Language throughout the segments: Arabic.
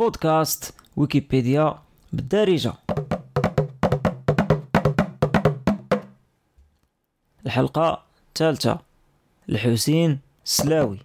بودكاست ويكيبيديا بالدارجة. الحلقة الثالثة، الحسين السلاوي.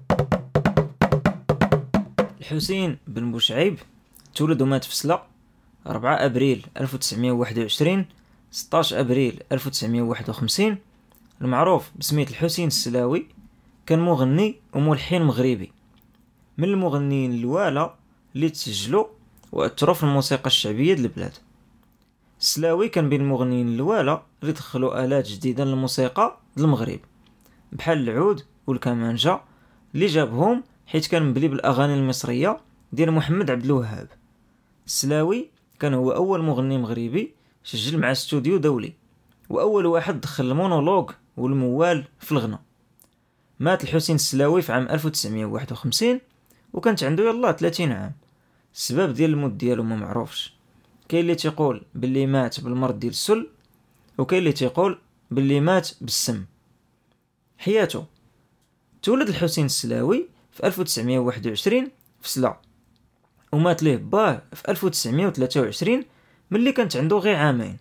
الحسين بن بوشعيب تولد ومات في سلا 4 أبريل 1921 16 أبريل 1951. المعروف بسمية الحسين السلاوي، كان مغني وملحن مغربي من المغنيين الوالا اللي تسجلوا وأثروا في الموسيقى الشعبية ديال البلاد. السلاوي كان بين المغنيين الوالا اللي دخلوا آلات جديدة للموسيقى ديال المغرب بحال العود والكمانجة اللي جابهم حيت كان مبلي بالأغاني المصرية ديال محمد عبد الوهاب. السلاوي كان هو أول مغني مغربي سجل مع استوديو دولي، وأول واحد دخل المونولوج والموال في الغناء. مات الحسين السلاوي في عام 1951 وكانت عنده يلا 30 عام. السبب ديال الموت ديالو ما معروفش، كاين اللي تيقول باللي مات بالمرض ديال السل، وكاين اللي تيقول باللي مات بالسم. حياته: تولد الحسين السلاوي في 1921 في سلا، ومات ليه باه في 1923 ملي كانت عنده غير عامين.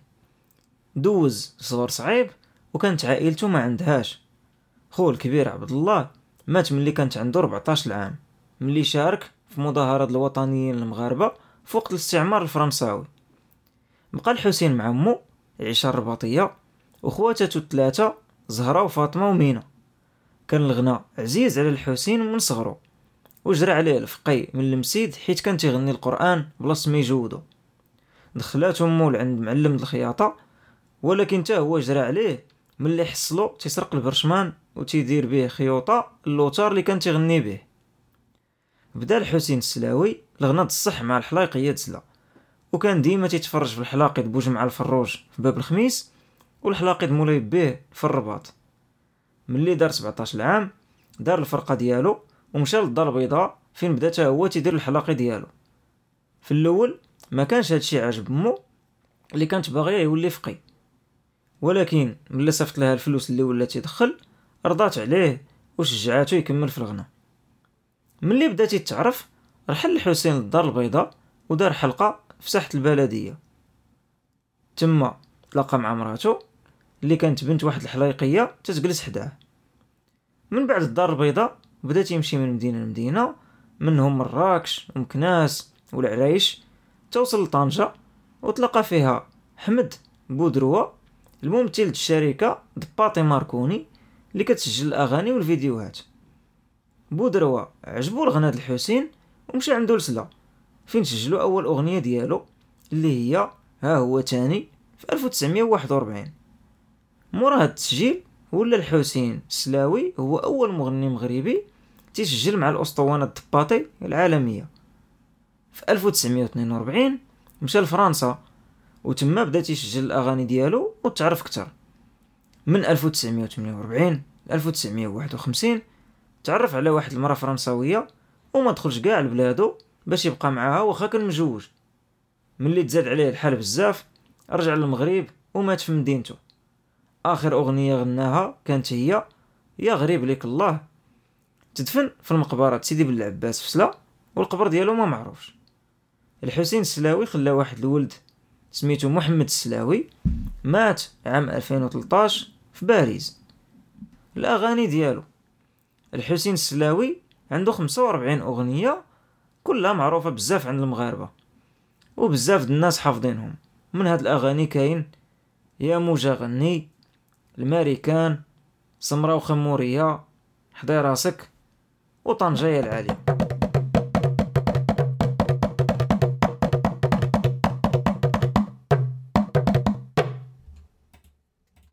دوز صغر صعيب وكانت عائلته ما عندهاش. خوه الكبير عبد الله مات ملي كانت عنده 14 عام، ملي شارك في مظاهرات الوطنيين المغاربة في وقت الاستعمار الفرنساوي. بقى الحسين مع امه عيشه الرباطيه وخواتاتو الثلاثه زهره وفاطمه ومينا. كان الغناء عزيز على الحسين من صغره، وجرى عليه الفقي من المسيد حيت كان تيغني القران بلاص ما يجودو. دخلات امه لعند معلم الخياطه، ولكن حتى هو جرى عليه ملي حصلو تيسرق البرشمان وتيدير به خيوطه اللوتار اللي كان تيغني به. بدا الحسين السلاوي الغناء الصح مع الحلايقيه زلا، وكان ديما تيتفرج في الحلاقد بوجمع الفروج في باب الخميس والحلاقد مولاي بيه في الرباط. ملي دار 17 عام دار الفرقه ديالو ومشى للدار البيضاء فين بدا حتى هو تيدير الحلاقي ديالو. في الاول ما كانش هادشي عاجب امو اللي كانت باغيه يولي فقي، ولكن ملي صيفط لها الفلوس اللي ولا تيدخل رضات عليه وشجعاتو يكمل في الغناء. ملي بدا تيتعرف رحل الحسين للدار البيضاء ودار حلقه في ساحه البلديه. تما تلاقى مع مراتو اللي كانت بنت واحد الحلايقيه تتجلس حداه. من بعد الدار البيضاء بدا تيمشي من مدينه لمدينه، منهم مراكش ومكناس والعرايش، توصل لطنجة وتلقى فيها حمد بودروة الممثل الشركه دباطي ماركوني اللي كتسجل الاغاني والفيديوهات. بودروة عجبو الغناء ديال الحسين ومشى عنده لسلا فين سجلوا اول اغنيه ديالو اللي هي ها هو تاني في 1941. مورا هاد التسجيل ولا الحسين السلاوي هو اول مغني مغربي تيسجل مع الاسطوانه الدباطي العالميه. في 1942 مشى لفرنسا وتما بدا تيسجل الاغاني ديالو وتعرف اكثر. من 1948 ل 1951 تعرف على واحد المراه فرنساويه وما دخلش كاع لبلادو باش يبقى معاها واخا كان مجوج. ملي تزاد عليه الحال بزاف رجع للمغرب ومات في مدينته. اخر اغنيه غناها كانت هي يا غريب ليك الله. تدفن في المقبره سيدي بن العباس في سلا والقبر ديالو ما معروفش. الحسين السلاوي خلى واحد الولد سميتو محمد السلاوي، مات عام 2013 في باريس. الاغاني ديالو: الحسين السلاوي عنده 45 اغنيه كلها معروفه بزاف عند المغاربه وبزاف د الناس حافظينهم. من هاد الاغاني كاين يا موجة غني، الماريكان، سمرة وخمورية، حضي راسك، وطنجة العالية.